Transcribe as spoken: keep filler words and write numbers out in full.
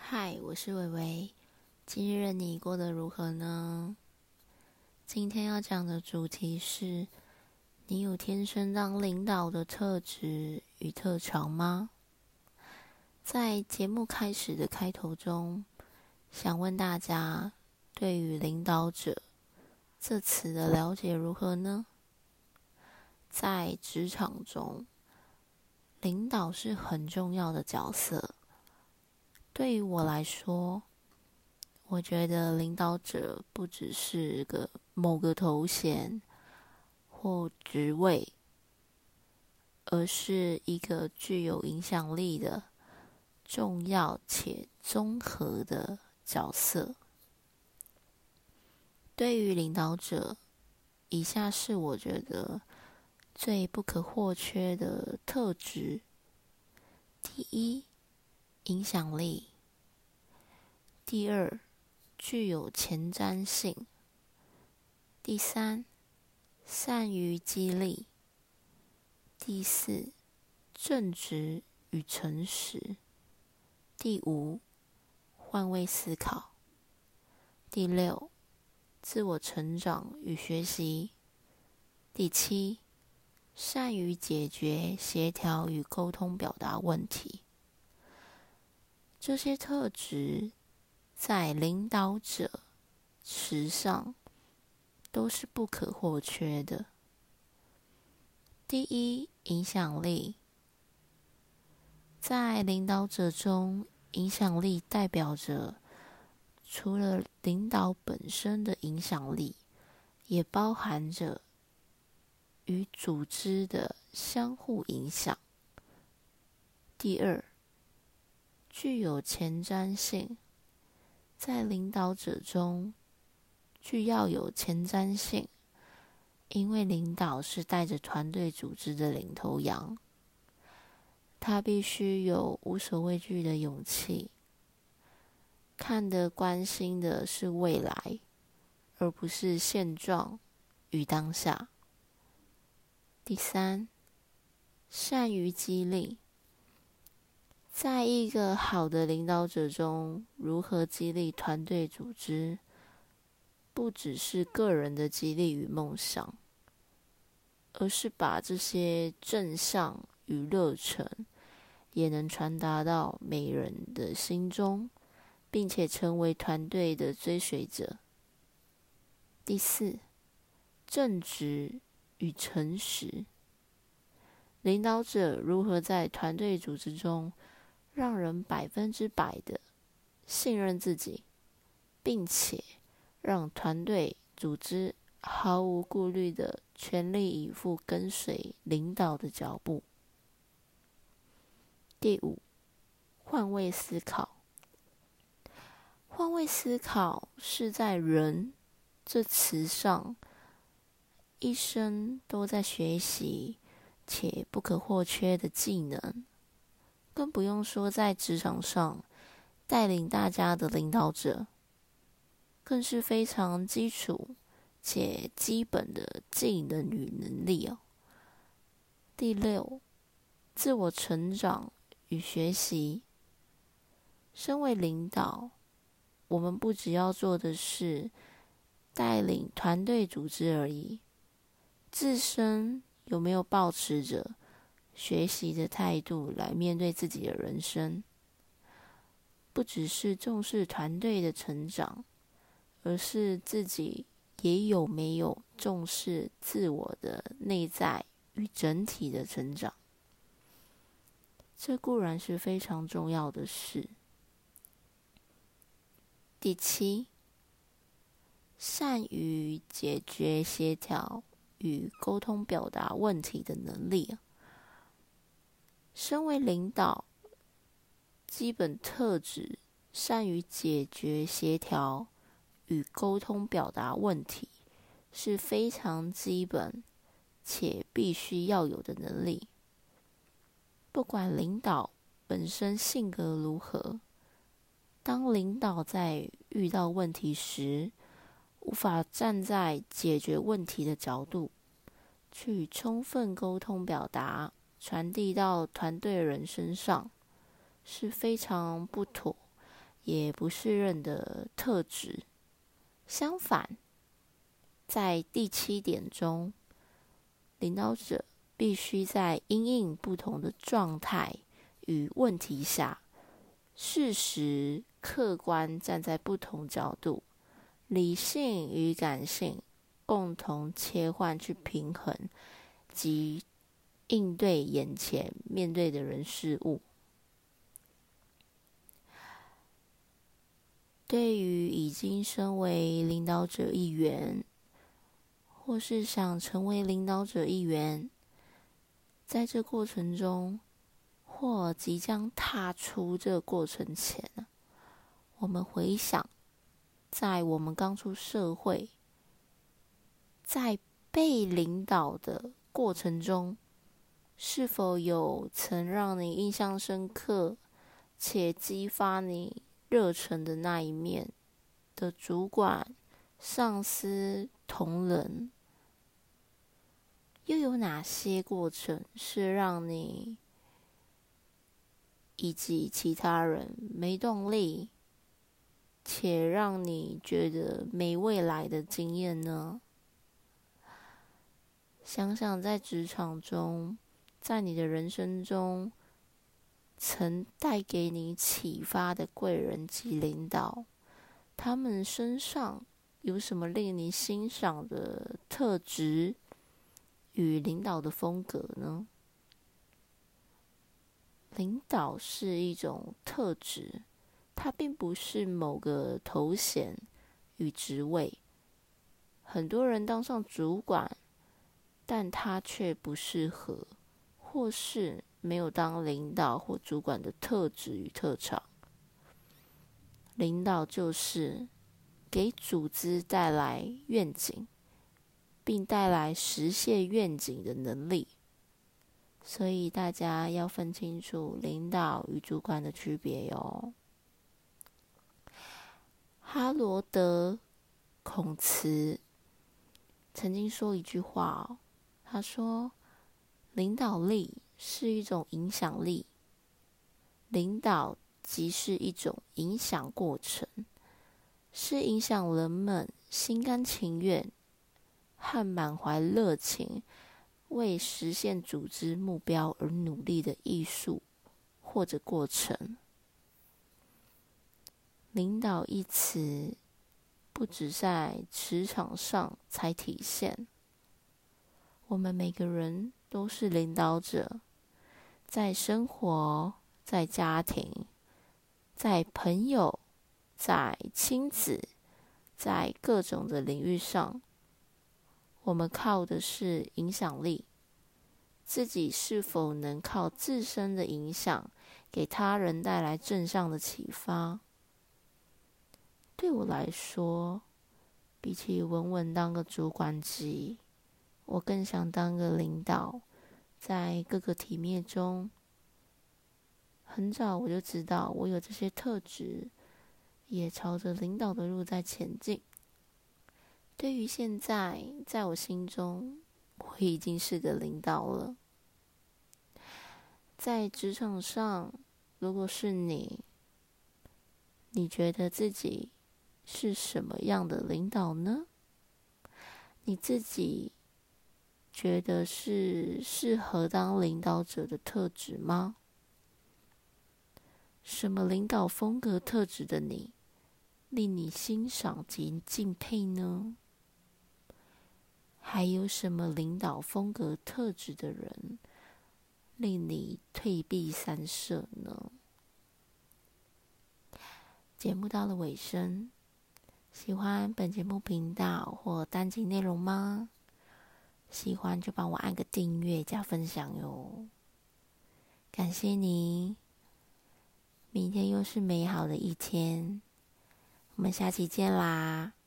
嗨，我是伟伟。今日你过得如何呢？今天要讲的主题是：你有天生当领导的特质与特长吗？在节目开始的开头中，想问大家，对于领导者这词的了解如何呢？在职场中，领导是很重要的角色。对于我来说，我觉得领导者不只是个某个头衔或职位，而是一个具有影响力的、重要且综合的角色。对于领导者，以下是我觉得最不可或缺的特质。第一，影响力。第二，具有前瞻性。第三，善于激励。第四，正直与诚实。第五，换位思考。第六，自我成长与学习。第七，善于解决、协调与沟通表达问题。这些特质在领导者词上都是不可或缺的。第一，影响力。在领导者中，影响力代表着除了领导本身的影响力，也包含着与组织的相互影响。第二，具有前瞻性。在领导者中，具要有前瞻性，因为领导是带着团队组织的领头羊，他必须有无所畏惧的勇气，看得关心的是未来，而不是现状与当下。第三，善于激励。在一个好的领导者中，如何激励团队组织，不只是个人的激励与梦想，而是把这些正向与热忱也能传达到每人的心中，并且成为团队的追随者。第四，正直与诚实。领导者如何在团队组织中让人百分之百的信任自己，并且让团队组织毫无顾虑的全力以赴跟随领导的脚步。第五，换位思考。换位思考是在人这词上一生都在学习且不可或缺的技能，更不用说在职场上带领大家的领导者，更是非常基础且基本的技能与能力哦。第六，自我成长与学习。身为领导，我们不只要做的是带领团队组织而已，自身有没有抱持着学习的态度来面对自己的人生？不只是重视团队的成长，而是自己也有没有重视自我的内在与整体的成长。这固然是非常重要的事。第七，善于解决、协调与沟通表达问题的能力。身为领导，基本特质善于解决、协调与沟通表达问题是非常基本且必须要有的能力。不管领导本身性格如何，当领导在遇到问题时，无法站在解决问题的角度去充分沟通表达，传递到团队人身上，是非常不妥也不是任的特质。相反，在第七点中，领导者必须在因应不同的状态与问题下，适时客观站在不同角度，理性与感性共同切换去平衡及应对眼前面对的人事物。对于已经身为领导者一员，或是想成为领导者一员，在这过程中，或即将踏出这过程前，我们回想，在我们刚出社会，在被领导的过程中，是否有曾让你印象深刻且激发你热忱的那一面的主管、上司、同仁？又有哪些过程是让你以及其他人没动力，且让你觉得没未来的经验呢？想想在职场中，在你的人生中，曾带给你启发的贵人及领导，他们身上有什么令你欣赏的特质与领导的风格呢？领导是一种特质，它并不是某个头衔与职位。很多人当上主管，但他却不适合，或是没有当领导或主管的特质与特长。领导就是给组织带来愿景，并带来实现愿景的能力。所以大家要分清楚领导与主管的区别哟。哈罗德·孔茨曾经说一句话哦，他说：领导力是一种影响力，领导即是一种影响过程，是影响人们心甘情愿和满怀热情为实现组织目标而努力的艺术或者过程。领导一词不只在职场上才体现，我们每个人都是领导者，在生活、在家庭、在朋友、在亲子、在各种的领域上，我们靠的是影响力。自己是否能靠自身的影响，给他人带来正向的启发？对我来说，比起稳稳当个主管级，我更想当个领导，在各个体面中，很早我就知道我有这些特质，也朝着领导的路在前进。对于现在，在我心中，我已经是个领导了。在职场上，如果是你，你觉得自己是什么样的领导呢？你自己觉得是适合当领导者的特质吗？什么领导风格特质的你，令你欣赏及敬佩呢？还有什么领导风格特质的人，令你退避三舍呢？节目到了尾声，喜欢本节目频道或单集内容吗？喜欢就帮我按个订阅加分享哟，感谢你。明天又是美好的一天，我们下期见啦！